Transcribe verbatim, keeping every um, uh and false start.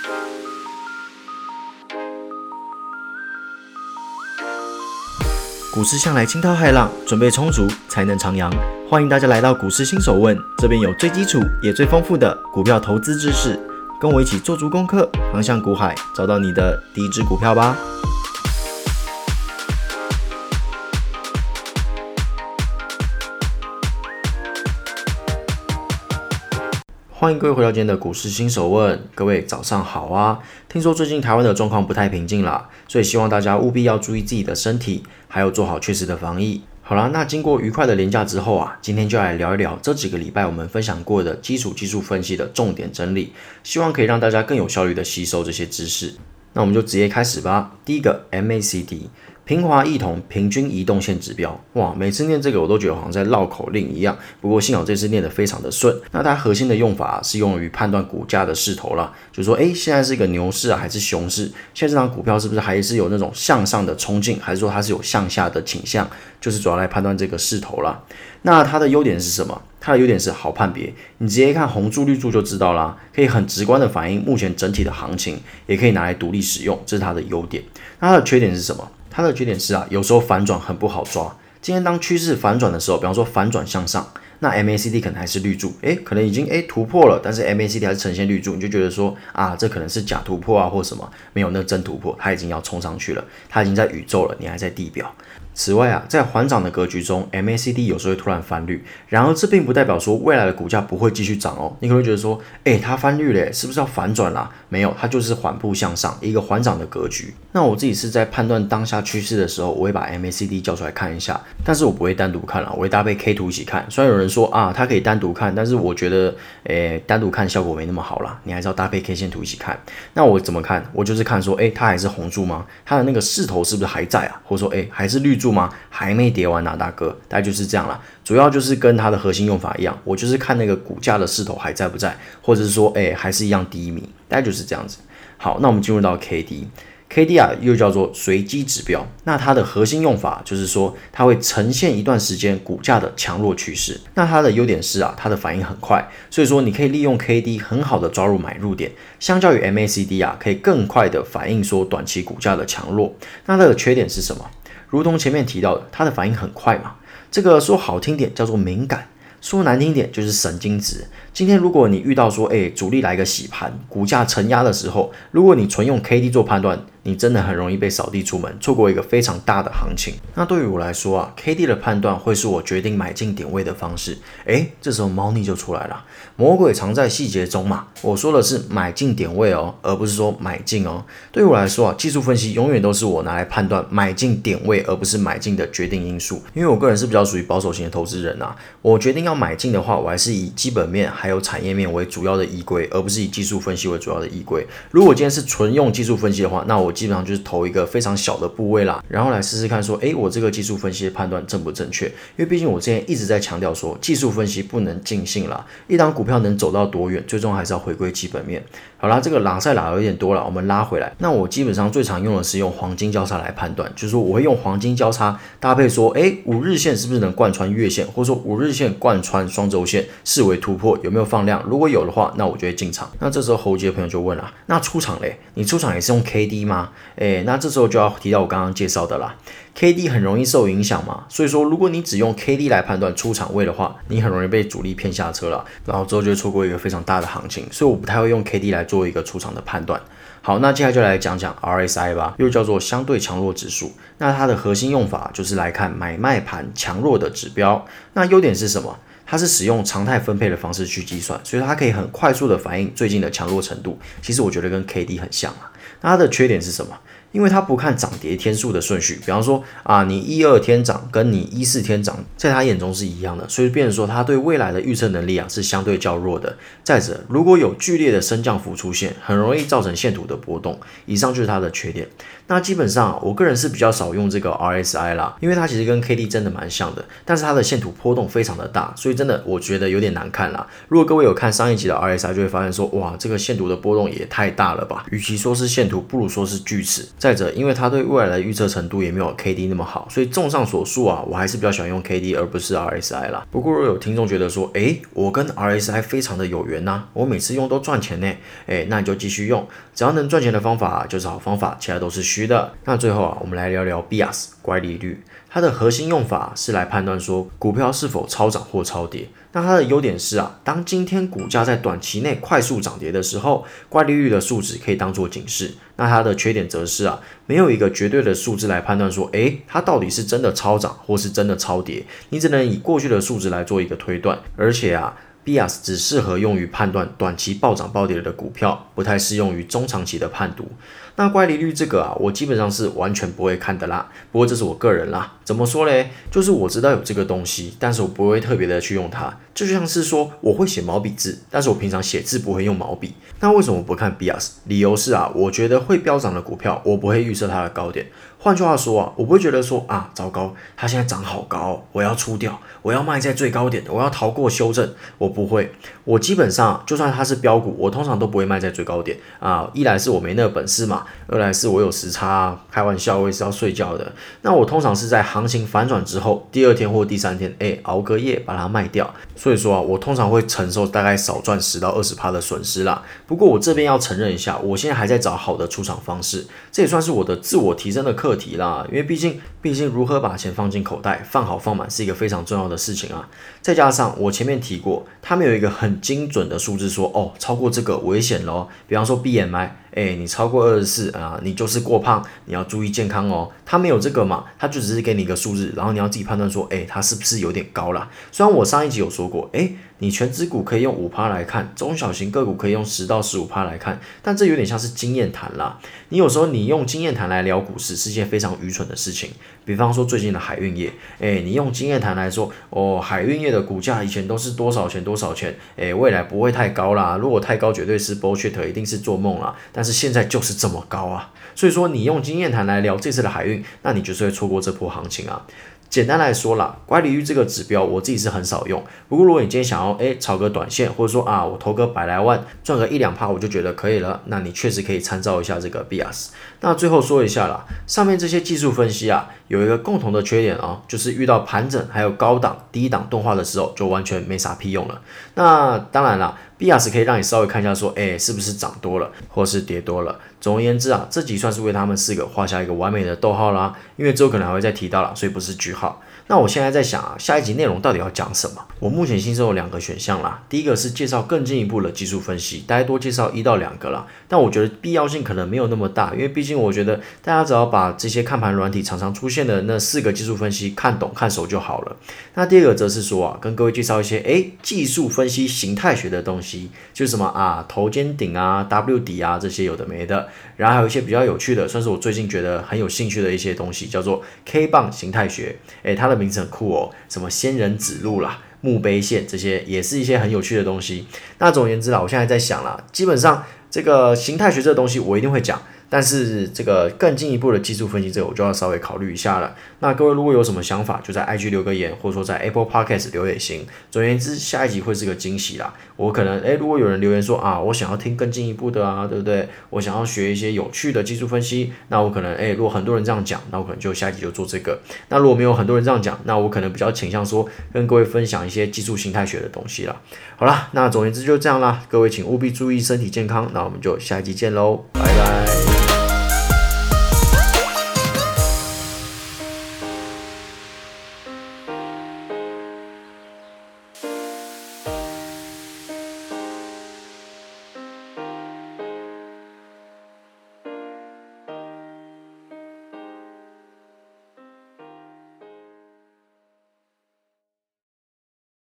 股市向来惊涛骇浪，准备充足才能徜徉。欢迎大家来到股市新手问，这边有最基础也最丰富的股票投资知识，跟我一起做足功课，航向股海，找到你的第一支股票吧。欢迎各位回到今天的股市新手问，各位早上好啊！听说最近台湾的状况不太平静啦，所以希望大家务必要注意自己的身体，还有做好确实的防疫。好啦，那经过愉快的连假之后啊，今天就来聊一聊这几个礼拜我们分享过的基础技术分析的重点整理，希望可以让大家更有效率的吸收这些知识。那我们就直接开始吧。第一个 M A C D。平滑异同平均移动线指标，哇，每次念这个我都觉得好像在绕口令一样。不过幸好这次念得非常的顺。那它核心的用法是用于判断股价的势头啦，就是说，哎，现在是一个牛市啊，还是熊市？现在这张股票是不是还是有那种向上的冲劲，还是说它是有向下的倾向？就是主要来判断这个势头啦。那它的优点是什么？它的优点是好判别，你直接看红柱绿柱就知道啦，可以很直观的反映目前整体的行情，也可以拿来独立使用，这是它的优点。那它的缺点是什么？它的缺点是啊，有时候反转很不好抓。今天当趋势反转的时候，比方说反转向上，那 M A C D 可能还是绿柱，诶，可能已经诶突破了，但是 M A C D 还是呈现绿柱，你就觉得说啊，这可能是假突破啊或什么，没有那真突破，它已经要冲上去了，它已经在宇宙了，你还在地表。此外啊，在缓涨的格局中 ，M A C D 有时候会突然翻绿，然而这并不代表说未来的股价不会继续涨哦。你可能会觉得说，诶，它翻绿了，是不是要反转啦？没有，它就是缓步向上，一个缓涨的格局。那我自己是在判断当下趋势的时候，我会把 M A C D 叫出来看一下，但是我不会单独看啦，我会搭配 K 图一起看。虽然有人说啊，它可以单独看，但是我觉得，诶，单独看效果没那么好啦，你还是要搭配 K 线图一起看。那我怎么看？我就是看说，诶，它还是红柱吗？它的那个势头是不是还在啊？或者说，诶，还是绿柱吗？还没跌完啊，大哥，大概就是这样啦。主要就是跟它的核心用法一样，我就是看那个股价的势头还在不在，或者是说，哎，还是一样低迷，大概就是这样子。好，那我们进入到 K D。K D 啊，又叫做随机指标，那它的核心用法就是说，它会呈现一段时间股价的强弱趋势。那它的优点是啊，它的反应很快，所以说你可以利用 K D 很好的抓入买入点，相较于 M A C D 啊，可以更快的反映说短期股价的强弱。那它的缺点是什么？如同前面提到的，它的反应很快嘛，这个说好听点叫做敏感，说难听点就是神经质。今天如果你遇到说，哎，主力来个洗盘，股价承压的时候，如果你纯用 K D 做判断，你真的很容易被扫地出门，错过一个非常大的行情。那对于我来说啊 ，K D 的判断会是我决定买进点位的方式。哎，这时候猫腻就出来了，魔鬼藏在细节中嘛。我说的是买进点位哦，而不是说买进哦。对于我来说啊，技术分析永远都是我拿来判断买进点位，而不是买进的决定因素。因为我个人是比较属于保守型的投资人啊，我决定要买进的话，我还是以基本面还有产业面为主要的依归，而不是以技术分析为主要的依归。如果今天是纯用技术分析的话，那我基本上就是投一个非常小的部位啦，然后来试试看说，诶，我这个技术分析的判断正不正确？因为毕竟我之前一直在强调说，技术分析不能尽信啦，一档股票能走到多远，最终还是要回归基本面。好啦，这个拉赛拉有点多了，我们拉回来。那我基本上最常用的是用黄金交叉来判断，就是说我会用黄金交叉搭配说，诶，五日线是不是能贯穿月线，或者说五日线贯穿双周线，视为突破，有没有放量？如果有的话，那我就会进场。那这时候侯杰的朋友就问了，那出场嘞？你出场也是用 K D 吗？诶，那这时候就要提到我刚刚介绍的啦。K D 很容易受影响嘛，所以说如果你只用 K D 来判断出场位的话，你很容易被主力骗下车了，然后之后就会错过一个非常大的行情，所以我不太会用 K D 来做一个出场的判断。好，那接下来就来讲讲 R S I 吧，又叫做相对强弱指数。那它的核心用法就是来看买卖盘强弱的指标。那优点是什么？它是使用常态分配的方式去计算，所以它可以很快速的反映最近的强弱程度。其实我觉得跟 K D 很像啊。那它的缺点是什么？因为它不看涨跌天数的顺序，比方说啊，你一二天涨跟你一四天涨，在他眼中是一样的，所以变成说他对未来的预测能力啊是相对较弱的。再者，如果有剧烈的升降幅出现，很容易造成线图的波动。以上就是它的缺点。那基本上、啊、我个人是比较少用这个 R S I 啦，因为它其实跟 K D 真的蛮像的，但是它的线图波动非常的大，所以真的我觉得有点难看啦。如果各位有看上一集的 R S I， 就会发现说，哇，这个线图的波动也太大了吧？与其说是线图，不如说是锯齿。 再者，因为它对未来的预测程度也没有 K D 那么好，所以综上所述啊，我还是比较喜欢用 K D 而不是 R S I 啦。不过如果有听众觉得说，诶，我跟 R S I 非常的有缘呐、啊，我每次用都赚钱呢，诶，那你就继续用，只要能赚钱的方法、啊、就是好方法，其他都是虚的。那最后啊，我们来聊聊 B I A S 乖离率，它的核心用法是来判断说股票是否超涨或超跌。那它的优点是啊，当今天股价在短期内快速涨跌的时候，乖离率的数值可以当作警示。那它的缺点则是啊，没有一个绝对的数字来判断说，诶，它到底是真的超涨或是真的超跌，你只能以过去的数值来做一个推断。而且啊，B I A S 只适合用于判断短期暴涨暴跌的股票，不太适用于中长期的判读。那乖离率这个啊，我基本上是完全不会看的啦。不过这是我个人啦，怎么说嘞？就是我知道有这个东西，但是我不会特别的去用它。就像是说，我会写毛笔字，但是我平常写字不会用毛笔。那为什么不看 B I A S？ 理由是啊，我觉得会飙涨的股票，我不会预测它的高点。换句话说啊，我不会觉得说啊，糟糕，它现在涨好高哦，我要出掉，我要卖在最高点，我要逃过修正。我不会，我基本上就算它是标股，我通常都不会卖在最高点啊。一来是我没那个本事嘛，二来是我有时差啊，开玩笑，我也是要睡觉的。那我通常是在行情反转之后，第二天或第三天，哎，熬个夜把它卖掉。所以说啊，我通常会承受大概少赚十到二十趴的损失啦。不过我这边要承认一下，我现在还在找好的出场方式，这也算是我的自我提升的课题啦。因为毕竟，毕竟如何把钱放进口袋，放好放满是一个非常重要的事情啊。再加上我前面提过，他们有一个很精准的数字说，哦，超过这个危险咯。比方说 B M I。哎，你超过二十四啊，你就是过胖，你要注意健康哦。他没有这个嘛，他就只是给你一个数字，然后你要自己判断说，哎，它是不是有点高啦？虽然我上一集有说过，哎，你全指股可以用 百分之五 来看，中小型个股可以用 百分之十到十五 来看，但这有点像是经验谈啦。你有时候你用经验谈来聊股市是件非常愚蠢的事情。比方说最近的海运业，哎，你用经验谈来说，哦，海运业的股价以前都是多少钱多少钱，哎，未来不会太高啦，如果太高绝对是 bullshit， 一定是做梦啦。但是现在就是这么高啊，所以说你用经验谈来聊这次的海运，那你就是会错过这波行情啊。简单来说啦，乖离率这个指标我自己是很少用。不过如果你今天想要诶炒个短线，或者说啊我投个百来万赚个一两趴，我就觉得可以了，那你确实可以参照一下这个 B I A S。那最后说一下啦，上面这些技术分析啊，有一个共同的缺点啊，就是遇到盘整还有高档、低档钝化的时候，就完全没啥屁用了。那当然啦。B I A S 可以让你稍微看一下说，哎，是不是涨多了，或是跌多了。总而言之啊，这集算是为他们四个画下一个完美的逗号啦，因为之后可能还会再提到啦，所以不是句号。那我现在在想啊，下一集内容到底要讲什么？我目前心中有两个选项啦，第一个是介绍更进一步的技术分析，大概多介绍一到两个啦。但我觉得必要性可能没有那么大，因为毕竟我觉得大家只要把这些看盘软体常常出现的那四个技术分析看懂看熟就好了。那第二个则是说啊，跟各位介绍一些哎技术分析形态学的东西，就是什么啊头肩顶啊 W 底啊这些有的没的，然后还有一些比较有趣的，算是我最近觉得很有兴趣的一些东西，叫做 K 棒形态学。哎，它的名字很酷哦，什么仙人指路啦。墓碑线这些也是一些很有趣的东西。那总而言之啦，我现在在想啦，基本上这个形态学这个东西我一定会讲，但是这个更进一步的技术分析这个我就要稍微考虑一下了。那各位如果有什么想法，就在 I G 留个言，或者说在 Apple Podcast 留也行。总而言之，下一集会是个惊喜啦。我可能诶，如果有人留言说啊，我想要听更进一步的啊，对不对？我想要学一些有趣的技术分析，那我可能诶，如果很多人这样讲，那我可能就下一集就做这个。那如果没有很多人这样讲，那我可能比较倾向说跟各位分享一些技术形态学的东西啦。好啦，那总而言之就这样啦，各位请务必注意身体健康，那我们就下一集见喽，拜拜。